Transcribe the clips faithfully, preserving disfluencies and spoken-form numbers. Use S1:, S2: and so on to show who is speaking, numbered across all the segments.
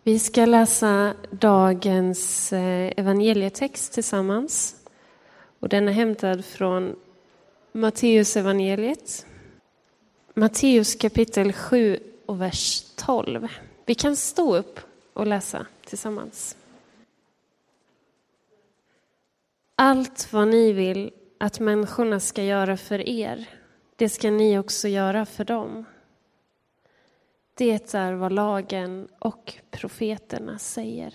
S1: Vi ska läsa dagens evangelietext tillsammans. Och den är hämtad från Matteus evangeliet. Matteus kapitel sju och vers tolv. Vi kan stå upp och läsa tillsammans. Allt vad ni vill att människorna ska göra för er, det ska ni också göra för dem. Det är vad lagen och profeterna säger.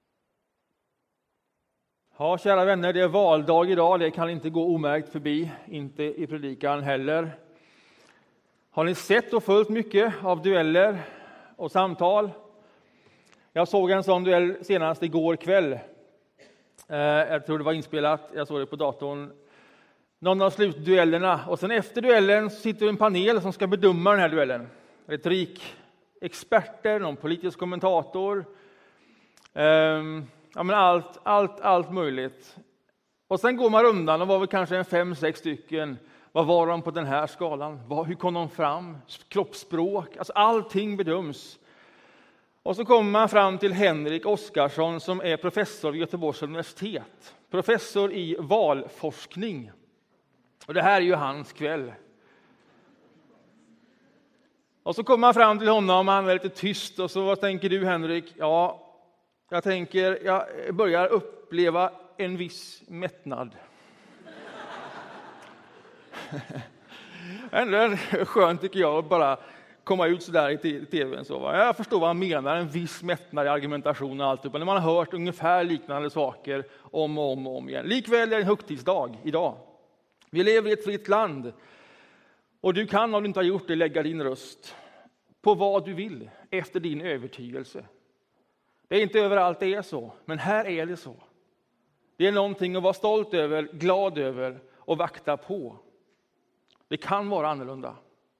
S2: Ja, kära vänner, det är valdag idag. Det kan inte gå omärkt förbi, inte i predikan heller. Har ni sett och följt mycket av dueller och samtal? Jag såg en sån duell senast igår kväll. Jag tror det var inspelat, jag såg det på datorn. Någon av slutduellerna. Och sen efter duellen sitter en panel som ska bedöma den här duellen. Retorikexperter, någon politisk kommentator. Um, ja, men allt, allt, allt möjligt. Och sen går man undan och var väl kanske en fem, sex stycken. Vad var de på den här skalan? Vad, hur kom de fram? Kroppsspråk, alltså allting bedöms. Och så kommer man fram till Henrik Oskarsson som är professor vid Göteborgs universitet. Professor i valforskning. Och det här är ju hans kväll. Och så kommer man fram till honom och han är lite tyst. Och så vad tänker du, Henrik? Ja, jag tänker, jag börjar uppleva en viss mättnad. Ändå är skönt tycker jag att bara komma ut så där i tvn. Så, va? Jag förstår vad han menar, en viss mättnad i argumentation och allt. När man har hört ungefär liknande saker om och om och om igen. Likväl är det en högtidsdag idag. Vi lever i ett fritt land. Och du kan, om du inte har gjort det, lägga din röst på vad du vill efter din övertygelse. Det är inte överallt det är så, men här är det så. Det är någonting att vara stolt över, glad över och vakta på. Det kan vara annorlunda.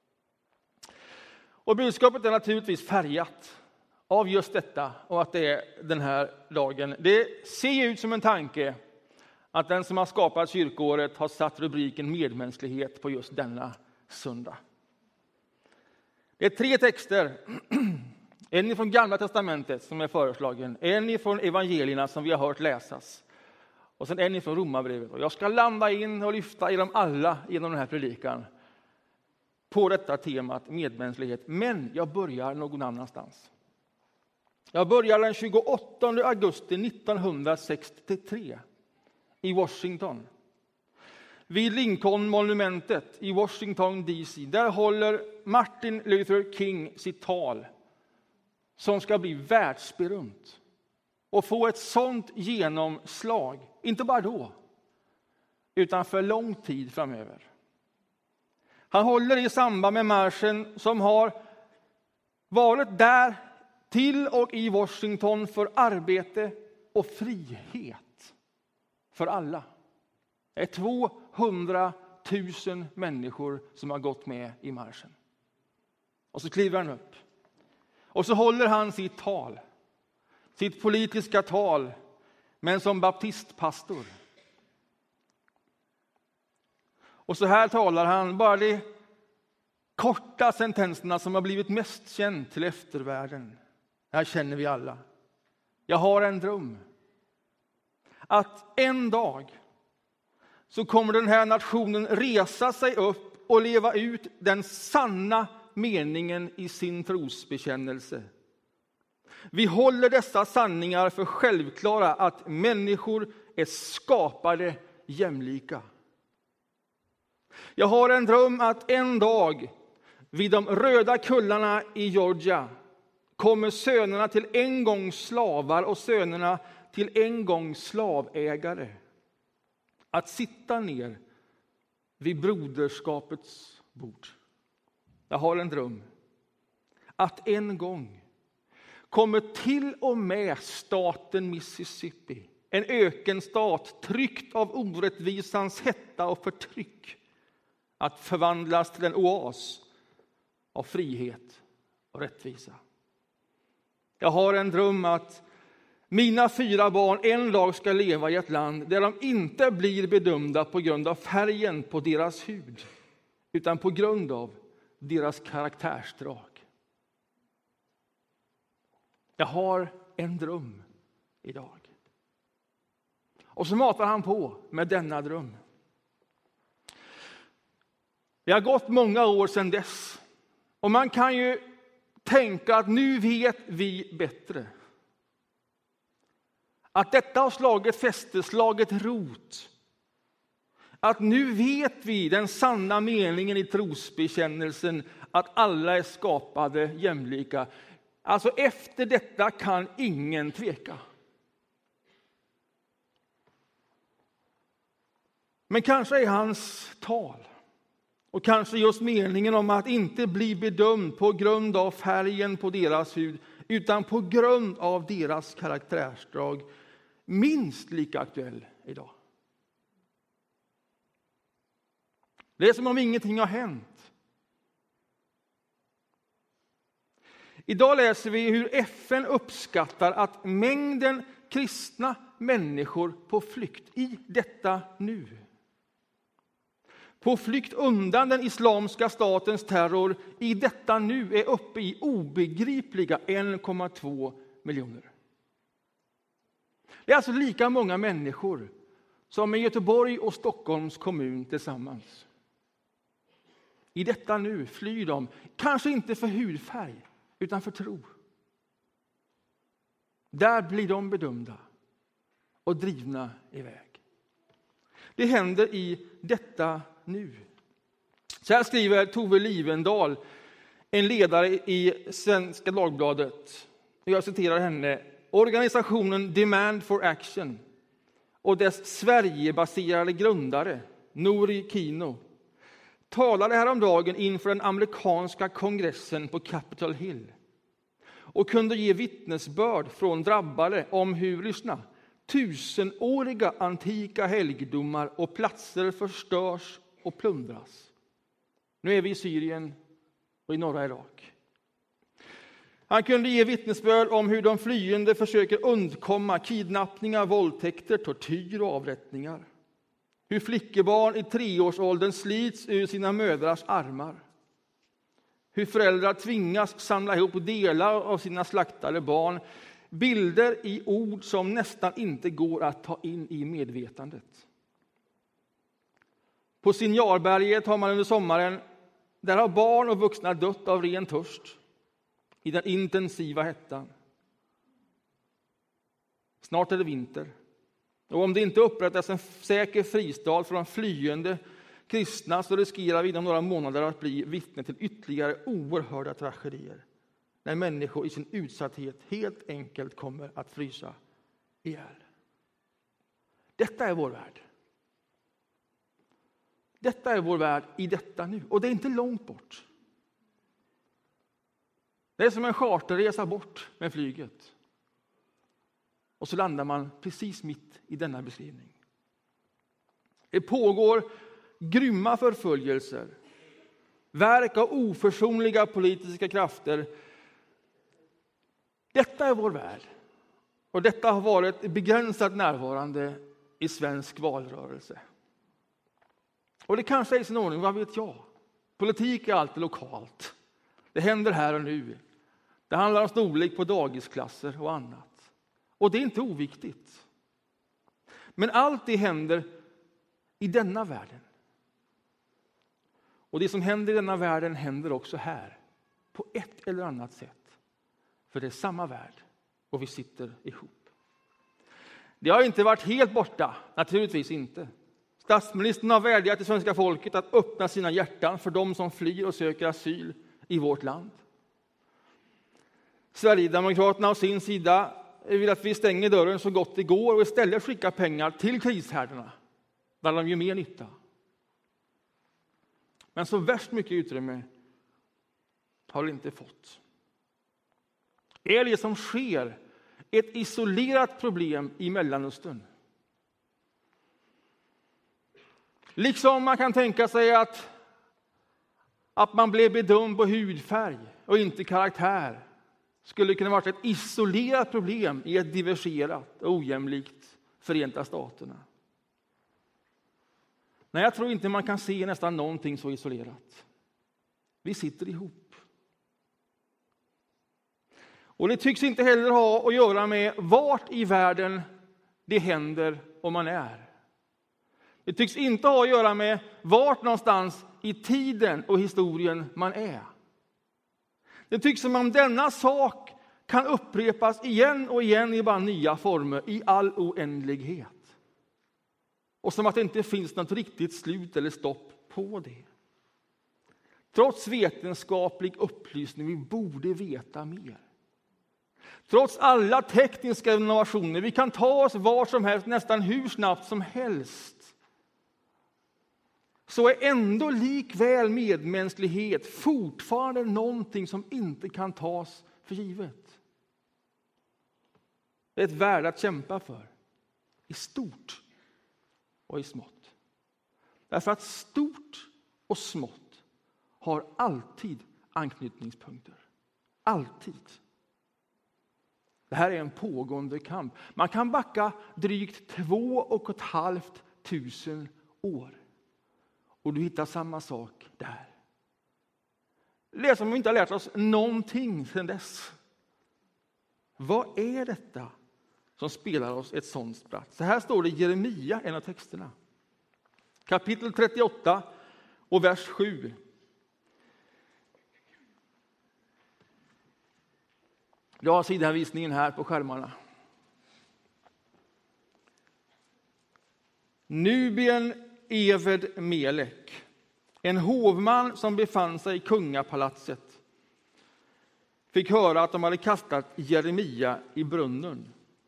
S2: Och budskapet är naturligtvis färgat av just detta och att det är den här dagen. Det ser ut som en tanke att den som har skapat kyrkåret har satt rubriken medmänsklighet på just denna söndag. Det är tre texter. En från Gamla testamentet som är föreslagen. En från evangelierna som vi har hört läsas. Och sen en från Romarbrevet. Och jag ska landa in och lyfta i dem alla genom den här predikan. På detta temat medmänsklighet. Men jag börjar någon annanstans. Jag börjar den tjugoåttonde augusti nittonhundrasextiotre. I Washington. Vid Lincoln-monumentet i Washington D C. Där håller Martin Luther King sitt tal. Som ska bli världsberömt. Och få ett sånt genomslag. Inte bara då. Utan för lång tid framöver. Han håller i samband med marschen som har varit där till och i Washington för arbete och frihet. För alla. Det är tvåhundratusen människor som har gått med i marschen. Och så kliver han upp. Och så håller han sitt tal. Sitt politiska tal. Men som baptistpastor. Och så här talar han. Bara de korta sentenserna som har blivit mest känd till eftervärlden. Det här känner vi alla. Jag har en dröm. Att en dag så kommer den här nationen resa sig upp och leva ut den sanna meningen i sin trosbekännelse. Vi håller dessa sanningar för självklara att människor är skapade jämlika. Jag har en dröm att en dag vid de röda kullarna i Georgia kommer sönerna till en gång slavar och sönerna till en gång slavägare att sitta ner vid broderskapets bord. Jag har en dröm att en gång kommer till och med staten Mississippi, en ökenstat tryckt av orättvisans hetta och förtryck, att förvandlas till en oas av frihet och rättvisa. Jag har en dröm att mina fyra barn en dag ska leva i ett land där de inte blir bedömda på grund av färgen på deras hud, utan på grund av deras karaktärsdrag. Jag har en dröm idag. Och så matar han på med denna dröm. Det har gått många år sedan dess. Och man kan ju tänka att nu vet vi bättre. Att detta har slagit fäste, slagit rot. Att nu vet vi den sanna meningen i trosbekännelsen att alla är skapade jämlika. Alltså efter detta kan ingen tveka. Men kanske är hans tal och kanske just meningen om att inte bli bedömd på grund av färgen på deras hud utan på grund av deras karaktärsdrag minst lika aktuell idag. Det är som om ingenting har hänt. Idag läser vi hur F N uppskattar att mängden kristna människor på flykt i detta nu. På flykt undan den islamska statens terror i detta nu är uppe i obegripliga en komma två miljoner. Det är alltså lika många människor som i Göteborg och Stockholms kommun tillsammans. I detta nu flyr de, kanske inte för hudfärg, utan för tro. Där blir de bedömda och drivna iväg. Det händer i detta nu. Så här skriver Tove Livendal, en ledare i Svenska Dagbladet. Jag citerar henne. Organisationen Demand for Action och dess Sverigebaserade grundare, Nouri Kino, talade häromdagen inför den amerikanska kongressen på Capitol Hill och kunde ge vittnesbörd från drabbade om hur, lyssna, tusenåriga antika helgdomar och platser förstörs och plundras. Nu är vi i Syrien och i norra Irak. Han kunde ge vittnesbörd om hur de flyende försöker undkomma kidnappningar, våldtäkter, tortyr och avrättningar. Hur flickebarn i treårsåldern slits ur sina mödrars armar. Hur föräldrar tvingas samla ihop delar av sina slaktade barn. Bilder i ord som nästan inte går att ta in i medvetandet. På Sinjarberget har man under sommaren, där har barn och vuxna dött av ren törst i den intensiva hettan. Snart är det vinter. Och om det inte upprättas en säker fristad för de flyende kristna så riskerar vi inom några månader att bli vittne till ytterligare oerhörda tragedier. När människor i sin utsatthet helt enkelt kommer att frysa ihjäl. Detta är vår värld. Detta är vår värld i detta nu. Och det är inte långt bort. Det är som en charterresa bort med flyget. Och så landar man precis mitt i denna beskrivning. Det pågår grymma förföljelser. Verk av oförsonliga politiska krafter. Detta är vår värld. Och detta har varit begränsat närvarande i svensk valrörelse. Och det kanske är i sin ordning, vad vet jag? Politik är alltid lokalt. Det händer här och nu. Det handlar om storlek på dagisklasser och annat. Och det är inte oviktigt. Men allt det händer i denna världen. Och det som händer i denna världen händer också här. På ett eller annat sätt. För det är samma värld. Och vi sitter ihop. Det har inte varit helt borta. Naturligtvis inte. Statsministern har vädjat till svenska folket att öppna sina hjärtan för de som flyr och söker asyl i vårt land. Sverigedemokraterna å sin sida vill att vi stänger dörren så gott det går och istället skickar pengar till krishärdarna där de gör mer nytta. Men så värst mycket utrymme har det inte fått. Är det som sker ett isolerat problem i Mellanöstern? Liksom man kan tänka sig att, att man blev bedömd på hudfärg och inte karaktär skulle kunna vara ett isolerat problem i ett diverserat och ojämlikt Förenta Staterna. Nej, jag tror inte man kan se nästan någonting så isolerat. Vi sitter ihop. Och det tycks inte heller ha att göra med vart i världen det händer om man är. Det tycks inte ha att göra med vart någonstans i tiden och historien man är. Det tycks som om denna sak kan upprepas igen och igen i bara nya former i all oändlighet. Och som att det inte finns något riktigt slut eller stopp på det. Trots vetenskaplig upplysning, vi borde veta mer. Trots alla tekniska innovationer, vi kan ta oss var som helst, nästan hur snabbt som helst. Så är ändå likväl medmänsklighet fortfarande någonting som inte kan tas för givet. Det är ett värde att kämpa för, i stort och i smått. Därför att stort och smått har alltid anknytningspunkter. Alltid. Det här är en pågående kamp. Man kan backa drygt två och ett halvt tusen år. Och du hittar samma sak där. Det är som om vi inte har lärt oss någonting sedan dess. Vad är detta som spelar oss ett sånt spratt? Så här står det i Jeremia, en av texterna. Kapitel trettioåtta och vers sju. Jag har sidhänvisningen här på skärmarna. Nubien Eved Melek, en hovman som befann sig i kungapalatset, fick höra att de hade kastat Jeremia i brunnen.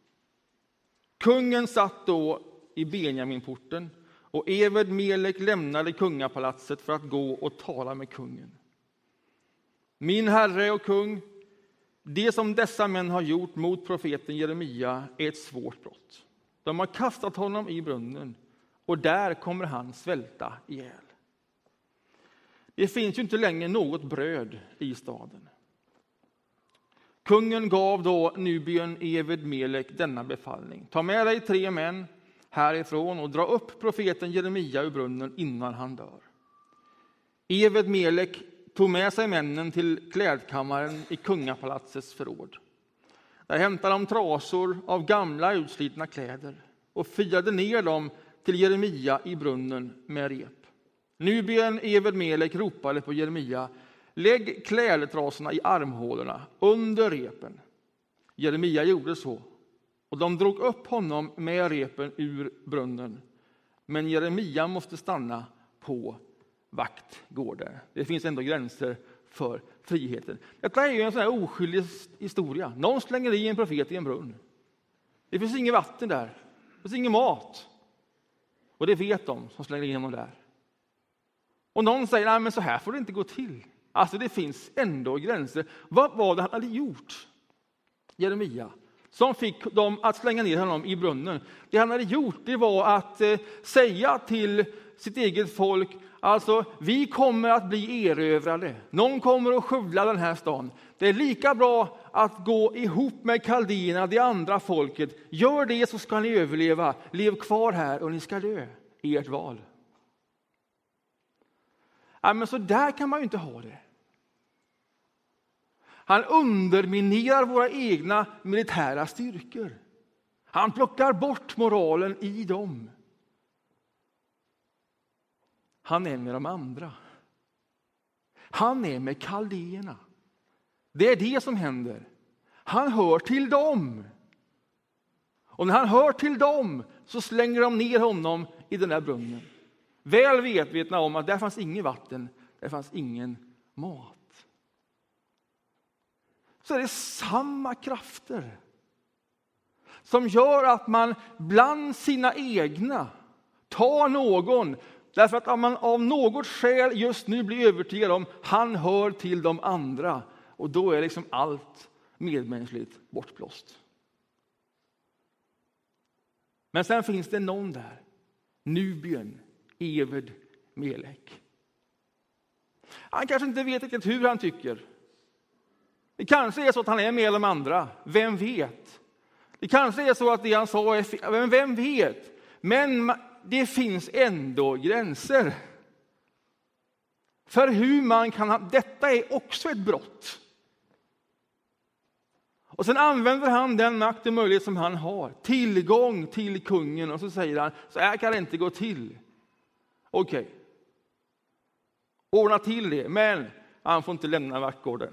S2: Kungen satt då i Benjaminporten och Eved Melek lämnade kungapalatset för att gå och tala med kungen. Min herre och kung, det som dessa män har gjort mot profeten Jeremia är ett svårt brott. De har kastat honom i brunnen och där kommer han svälta ihjäl. Det finns ju inte längre något bröd i staden. Kungen gav då Nubien Eved Melek denna befallning. Ta med dig tre män härifrån och dra upp profeten Jeremia ur brunnen innan han dör. Eved Melek tog med sig männen till klädkammaren i kungapalatsets förråd. Där hämtade de trasor av gamla utslitna kläder och firade ner dem till Jeremia i brunnen med rep. Nubien Eved Melek ropade på Jeremia: lägg klädtrasorna i armhålorna under repen. Jeremia gjorde så, och de drog upp honom med repen ur brunnen. Men Jeremia måste stanna på vaktgården. Det finns ändå gränser för friheten. Detta är ju en sån här oskyldig historia. Någon slänger i en profet i en brunn. Det finns inget vatten där. Det finns ingen mat. Och det vet de som slänger in honom där. Och någon säger, nej men så här får det inte gå till. Alltså det finns ändå gränser. Vad var det han hade gjort? Jeremia, som fick dem att slänga ner honom i brunnen. Det han hade gjort, det var att eh, säga till sitt eget folk, alltså vi kommer att bli erövrade. Någon kommer att skövla den här stan. Det är lika bra att gå ihop med kaldéerna, det andra folket. Gör det så ska ni överleva. Lev kvar här och ni ska dö i ert val. Ja, men så där kan man ju inte ha det. Han underminerar våra egna militära styrkor. Han plockar bort moralen i dem. Han är med de andra. Han är med kaldéerna. Det är det som händer. Han hör till dem. Och när han hör till dem så slänger de ner honom i den där brunnen. Väl vetna om att där fanns ingen vatten, där fanns ingen mat. Så är det samma krafter som gör att man bland sina egna tar någon, därför att man av något skäl just nu blir övertygad om han hör till de andra, och då är liksom allt medmänskligt bortblåst. Men sen finns det någon där, Nubien Eved Melek. Han kanske inte vet riktigt hur han tycker. Det kanske är så att han är med de andra. Vem vet? Det kanske är så att det han sa är fel. Vem, vem vet? Men det finns ändå gränser. För hur man kan ha... Detta är också ett brott. Och sen använder han den makt och möjlighet som han har. Tillgång till kungen. Och så säger han, så här kan det inte gå till. Okej. Okay. Ordna till det, men han får inte lämna vaktgården.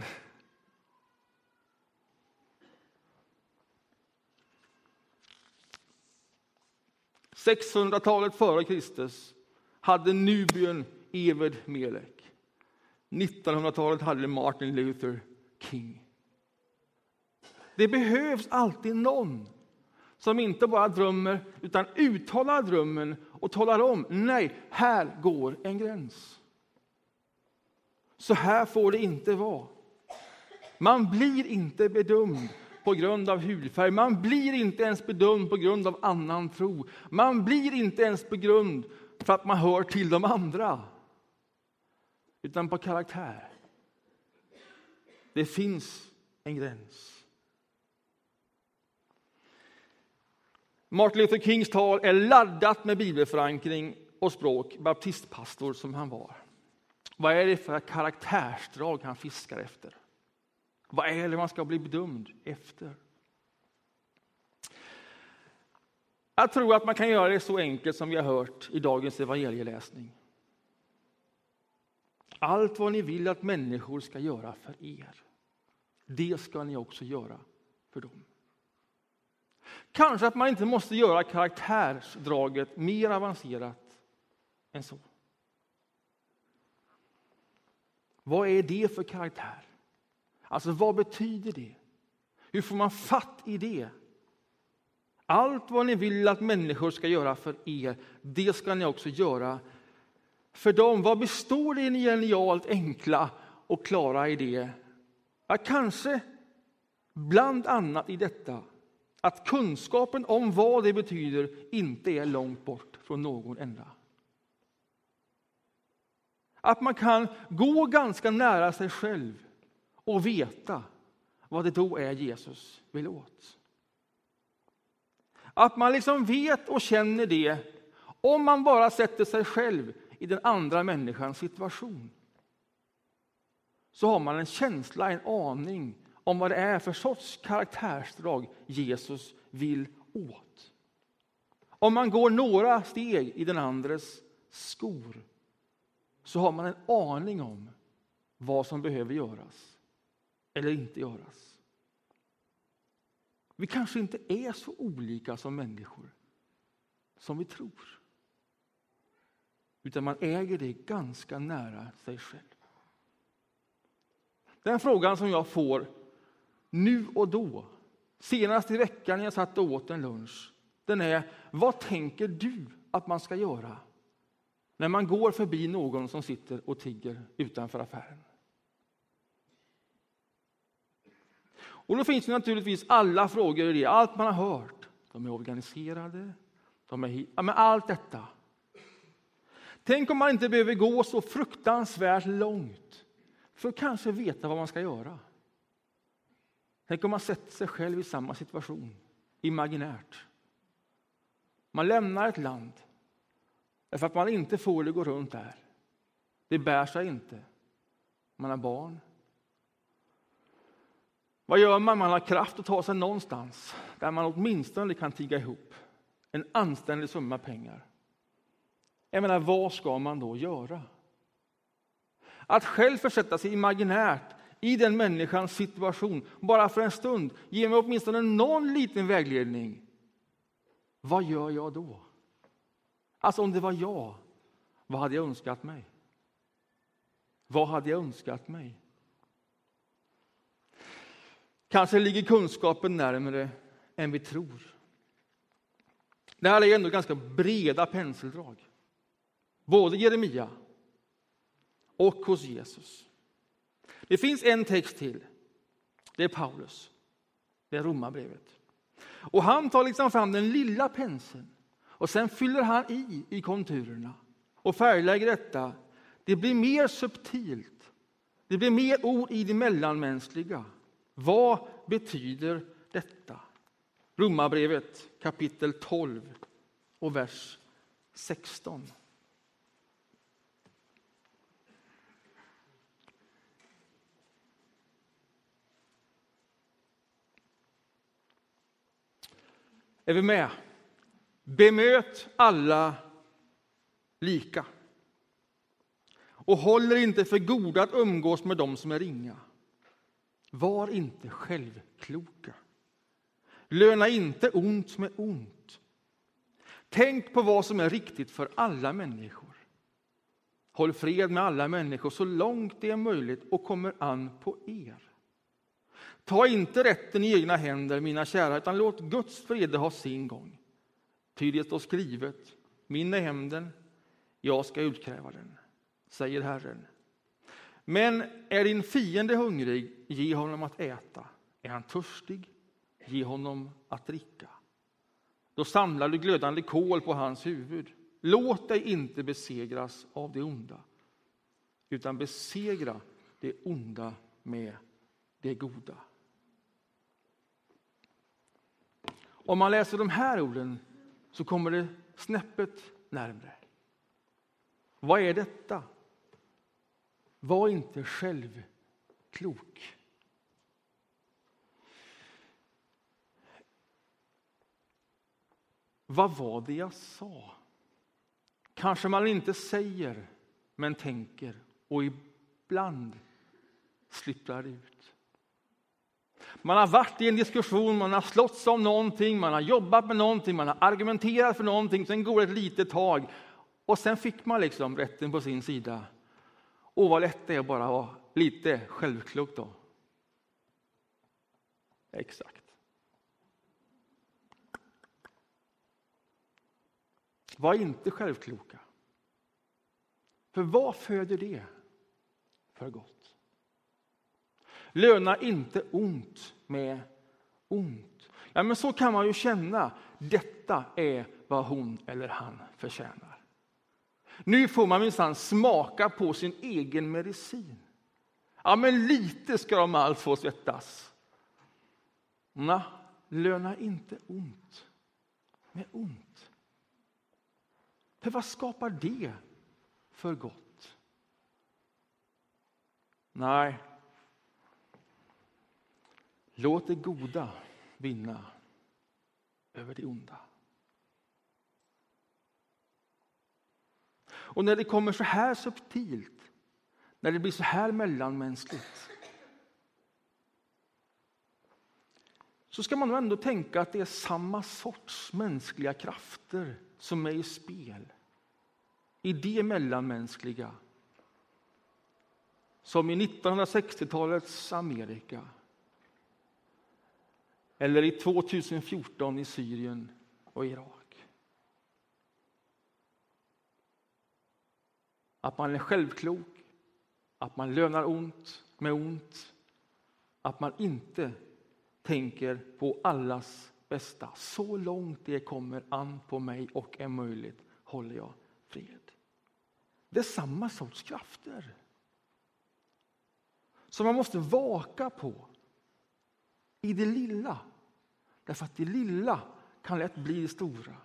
S2: sexhundratalet före Kristus hade Nubien Eved Melek. nittonhundratalet hade Martin Luther King. Det behövs alltid någon som inte bara drömmer utan uttalar drömmen och talar om, nej, här går en gräns. Så här får det inte vara. Man blir inte bedömd på grund av hudfärg. Man blir inte ens bedömd på grund av annan tro. Man blir inte ens bedömd för att man hör till de andra. Utan på karaktär. Det finns en gräns. Martin Luther Kings tal är laddat med bibelförankring och språk, baptistpastor som han var. Vad är det för karaktärsdrag han fiskar efter? Vad är det man ska bli bedömd efter? Jag tror att man kan göra det så enkelt som vi har hört i dagens evangelieläsning. Allt vad ni vill att människor ska göra för er, det ska ni också göra för dem. Kanske att man inte måste göra karaktärsdraget mer avancerat än så. Vad är det för karaktär? Alltså vad betyder det? Hur får man fatt i det? Allt vad ni vill att människor ska göra för er, det ska ni också göra för dem. Vad består det i en genialt enkla och klara idé? Ja, kanske bland annat i detta att kunskapen om vad det betyder inte är långt bort från någon enda. Att man kan gå ganska nära sig själv och veta vad det då är Jesus vill åt. Att man liksom vet och känner det om man bara sätter sig själv i den andra människans situation. Så har man en känsla, en aning om vad det är för sorts karaktärsdrag Jesus vill åt. Om man går några steg i den andres skor så har man en aning om vad som behöver göras eller inte göras. Vi kanske inte är så olika som människor som vi tror. Utan man äger det ganska nära sig själv. Den frågan som jag får nu och då, senast i veckan när jag satt och åt en lunch, den är: vad tänker du att man ska göra när man går förbi någon som sitter och tigger utanför affären? Och då finns det naturligtvis alla frågor i det, allt man har hört. De är organiserade, de är ja, men allt detta. Tänk om man inte behöver gå så fruktansvärt långt för att kanske veta vad man ska göra. Tänk om man sätter sig själv i samma situation, imaginärt. Man lämnar ett land därför att man inte får det gå runt där. Det bär sig inte. Man har barn. Vad gör man? Man har kraft att ta sig någonstans där man åtminstone kan tigga ihop en anständig summa pengar. Jag menar, vad ska man då göra? Att själv försätta sig imaginärt i den människans situation bara för en stund ger mig åtminstone någon liten vägledning. Vad gör jag då? Alltså om det var jag, vad hade jag önskat mig? Vad hade jag önskat mig? Kanske ligger kunskapen närmare än vi tror. Det här är ändå ganska breda penseldrag. Både Jeremia och hos Jesus. Det finns en text till. Det är Paulus. Det är Romarbrevet. Och han tar liksom fram den lilla penseln. Och sen fyller han i i konturerna. Och färglägger detta. Det blir mer subtilt. Det blir mer ord i det mellanmänskliga. Vad betyder detta? Romarbrevet kapitel tolv och vers sexton. Är vi med? Bemöt alla lika. Och håller inte för goda att umgås med dem som är ringa. Var inte självkloka. Löna inte ont med ont. Tänk på vad som är riktigt för alla människor. Håll fred med alla människor så långt det är möjligt och kommer an på er. Ta inte rätten i egna händer, mina kära, utan låt Guds fred ha sin gång. Ty det står skrivet, min är hämnden, jag ska utkräva den, säger Herren. Men är din fiende hungrig, ge honom att äta. Är han törstig, ge honom att dricka. Då samlar du glödande kol på hans huvud. Låt dig inte besegras av det onda, utan besegra det onda med det goda. Om man läser de här orden så kommer det snäppet närmare. Vad är detta? Var inte självklok. Vad var det jag sa? Kanske man inte säger, men tänker, och ibland slipprar det ut. Man har varit i en diskussion, man har slått om någonting, man har jobbat med någonting, man har argumenterat för någonting, sen går det ett litet tag och sen fick man liksom rätten på sin sida. Och vad lätt det är bara vara lite självklok då. Exakt. Var inte självkloka. För vad föder det för gott? Löna inte ont med ont. Ja, men så kan man ju känna. Detta är vad hon eller han förtjänar. Nu får man minsann smaka på sin egen medicin. Ja, men lite ska de allt få svettas. Nej, löna inte ont med ont. För vad skapar det för gott? Nej. Låt det goda vinna över det onda. Och när det kommer så här subtilt, när det blir så här mellanmänskligt, så ska man nog ändå tänka att det är samma sorts mänskliga krafter som är i spel i det mellanmänskliga som i nittonhundrasextiotalets Amerika eller i tjugohundrafjorton i Syrien och Irak. Att man är självklok, att man lönar ont med ont, att man inte tänker på allas bästa. Så långt det kommer an på mig och är möjligt håller jag fred. Det är samma sorts krafter som man måste vaka på i det lilla. Därför att det lilla kan lätt bli det stora.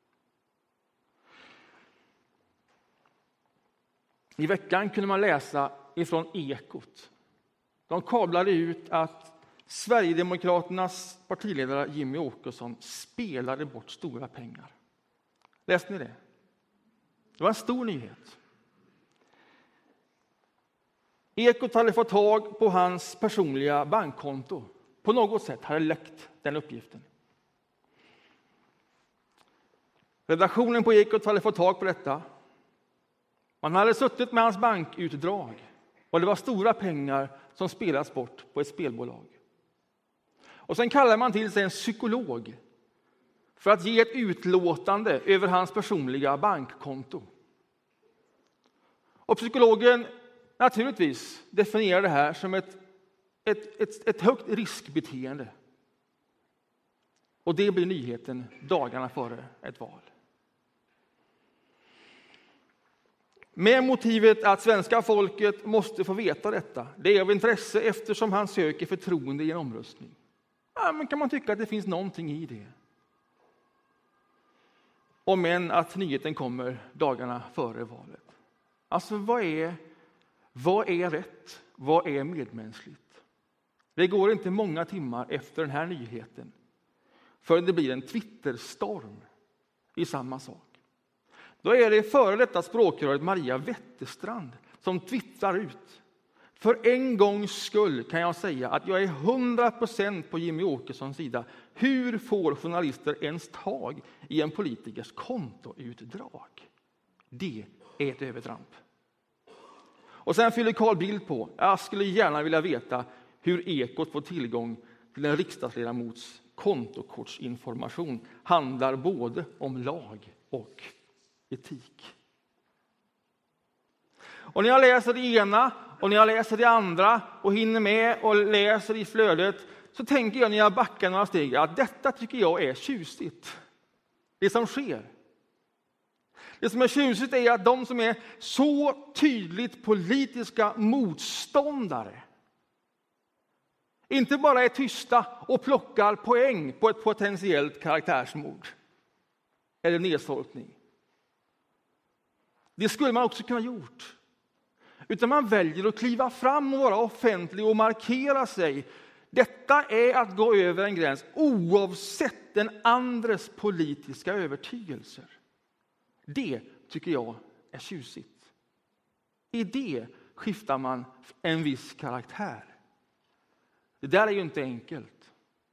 S2: I veckan kunde man läsa ifrån Ekot. De kablade ut att Sverigedemokraternas partiledare Jimmy Åkesson spelade bort stora pengar. Läste ni det? Det var en stor nyhet. Ekot hade fått tag på hans personliga bankkonto. På något sätt hade läckt den uppgiften. Redaktionen på Ekot hade fått tag på detta. Man hade suttit med hans bankutdrag. Och det var stora pengar som spelats bort på ett spelbolag. Och sen kallar man till sig en psykolog för att ge ett utlåtande över hans personliga bankkonto. Och psykologen naturligtvis definierar det här som ett, ett, ett, ett högt riskbeteende. Och det blir nyheten dagarna före ett val. Med motivet att svenska folket måste få veta detta. Det är av intresse eftersom han söker förtroende i en omröstning. Ja, men kan man tycka att det finns någonting i det? Om än att nyheten kommer dagarna före valet. Alltså vad är, vad är rätt? Vad är medmänskligt? Det går inte många timmar efter den här nyheten För det blir en Twitterstorm i samma sak. Då är det före detta språkröret Maria Wetterstrand som twittrar ut: för en gångs skull kan jag säga att jag är hundra procent på Jimmy Åkessons sida. Hur får journalister ens tag i en politikers kontoutdrag? Det är ett övertramp. Och sen fyller Carl Bildt på: jag skulle gärna vilja veta hur Ekot får tillgång till en riksdagsledamots kontokortsinformation. Handlar både om lag och etik. Och när jag läser det ena och när jag läser det andra och hinner med och läser i flödet, så tänker jag när jag backar några steg att detta tycker jag är tjusigt. Det som sker. Det som är tjusigt är att de som är så tydligt politiska motståndare inte bara är tysta och plockar poäng på ett potentiellt karaktärsmord eller nedsolkning. Det skulle man också kunna gjort. Utan man väljer att kliva fram och vara offentlig och markera sig. Detta är att gå över en gräns oavsett den andres politiska övertygelser. Det tycker jag är tjusigt. I det skiftar man en viss karaktär. Det där är ju inte enkelt.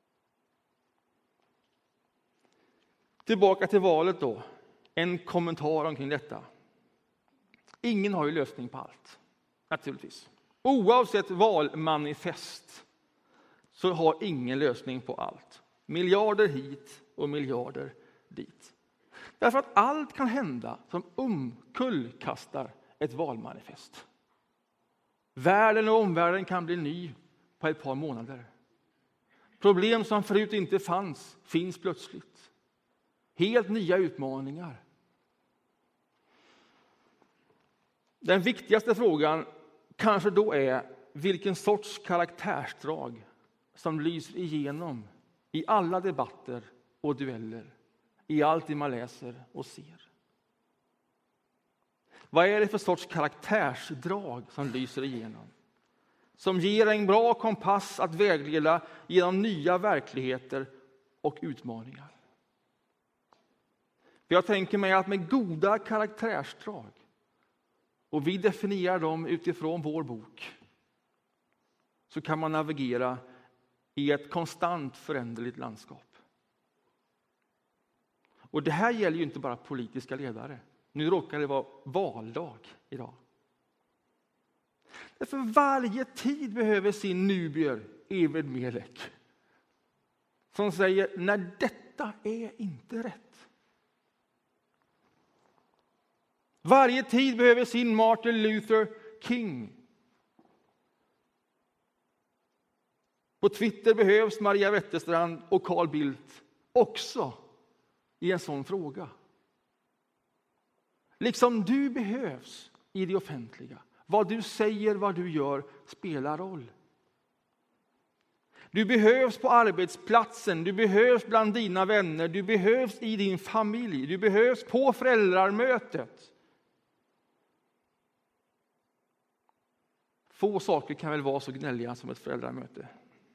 S2: Tillbaka till valet då. En kommentar omkring detta. Ingen har ju lösning på allt. Naturligtvis. Oavsett valmanifest så har ingen lösning på allt. Miljarder hit och miljarder dit. Därför att allt kan hända som omkullkastar ett valmanifest. Världen och omvärlden kan bli ny på ett par månader. Problem som förut inte fanns finns plötsligt. Helt nya utmaningar. Den viktigaste frågan kanske då är vilken sorts karaktärsdrag som lyser igenom i alla debatter och dueller, i allt det man läser och ser. Vad är det för sorts karaktärsdrag som lyser igenom? Som ger en bra kompass att vägleda genom nya verkligheter och utmaningar. För jag tänker mig att med goda karaktärsdrag, och vi definierar dem utifrån vår bok, så kan man navigera i ett konstant föränderligt landskap. Och det här gäller ju inte bara politiska ledare. Nu råkar det vara valdag idag. Därför varje tid behöver sin nubier, Eved Melek, som säger: när detta är inte rätt. Varje tid behöver sin Martin Luther King. På Twitter behövs Maria Wetterstrand och Carl Bildt också i en sån fråga. Liksom du behövs i det offentliga. Vad du säger, vad du gör spelar roll. Du behövs på arbetsplatsen, du behövs bland dina vänner, du behövs i din familj, du behövs på föräldrarmötet. Få saker kan väl vara så gnälliga som ett föräldramöte.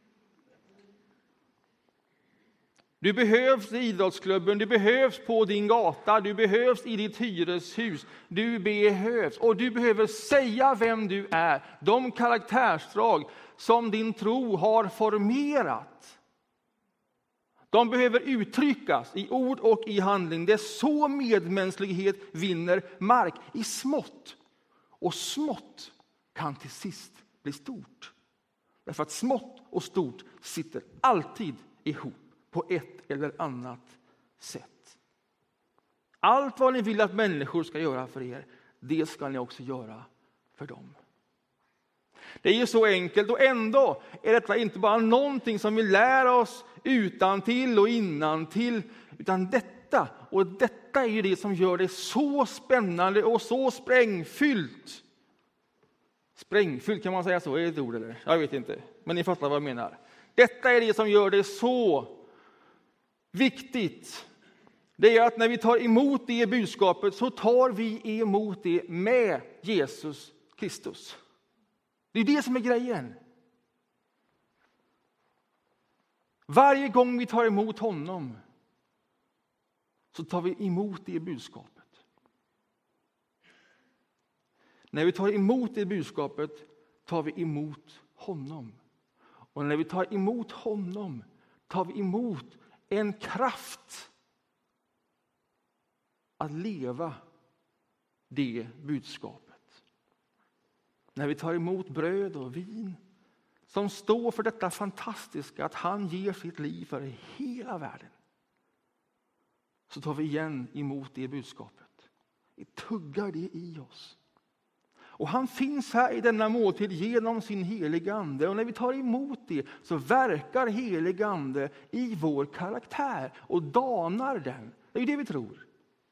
S2: Du behövs i idrottsklubben, du behövs på din gata, du behövs i ditt hyreshus. Du behövs, och du behöver säga vem du är. De karaktärsdrag som din tro har formerat. De behöver uttryckas i ord och i handling. Det är så medmänsklighet vinner mark i smått. Och smått kan till sist bli stort. Därför att smått och stort sitter alltid ihop på ett eller annat sätt. Allt vad ni vill att människor ska göra för er, det ska ni också göra för dem. Det är ju så enkelt, och ändå är detta inte bara någonting som vi lär oss utantill och innantill, utan detta, och detta är ju det som gör det så spännande och så sprängfyllt. Sprängfyllt, kan man säga så? Är det ett ord eller? Jag vet inte, men ni fattar vad jag menar. Detta är det som gör det så viktigt. Det är att när vi tar emot det budskapet, så tar vi emot det med Jesus Kristus. Det är det som är grejen. Varje gång vi tar emot honom så tar vi emot det budskapet. När vi tar emot det budskapet tar vi emot honom. Och när vi tar emot honom tar vi emot en kraft att leva det budskapet. När vi tar emot bröd och vin som står för detta fantastiska att han ger sitt liv för hela världen, så tar vi igen emot det budskapet. Vi tuggar det i oss. Och han finns här i denna måltid genom sin heliga ande. Och när vi tar emot det så verkar helig ande i vår karaktär och danar den. Det är ju det vi tror.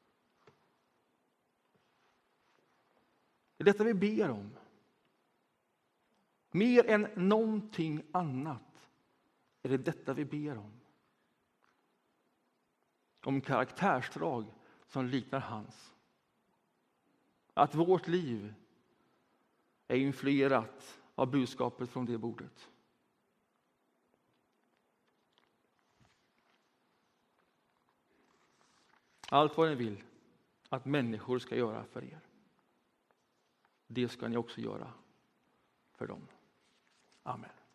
S2: Det är detta vi ber om. Mer än någonting annat är det detta vi ber om. Om karaktärsdrag som liknar hans. Att vårt liv är influerat av budskapet från det bordet. Allt vad ni vill att människor ska göra för er, det ska ni också göra för dem. Amen.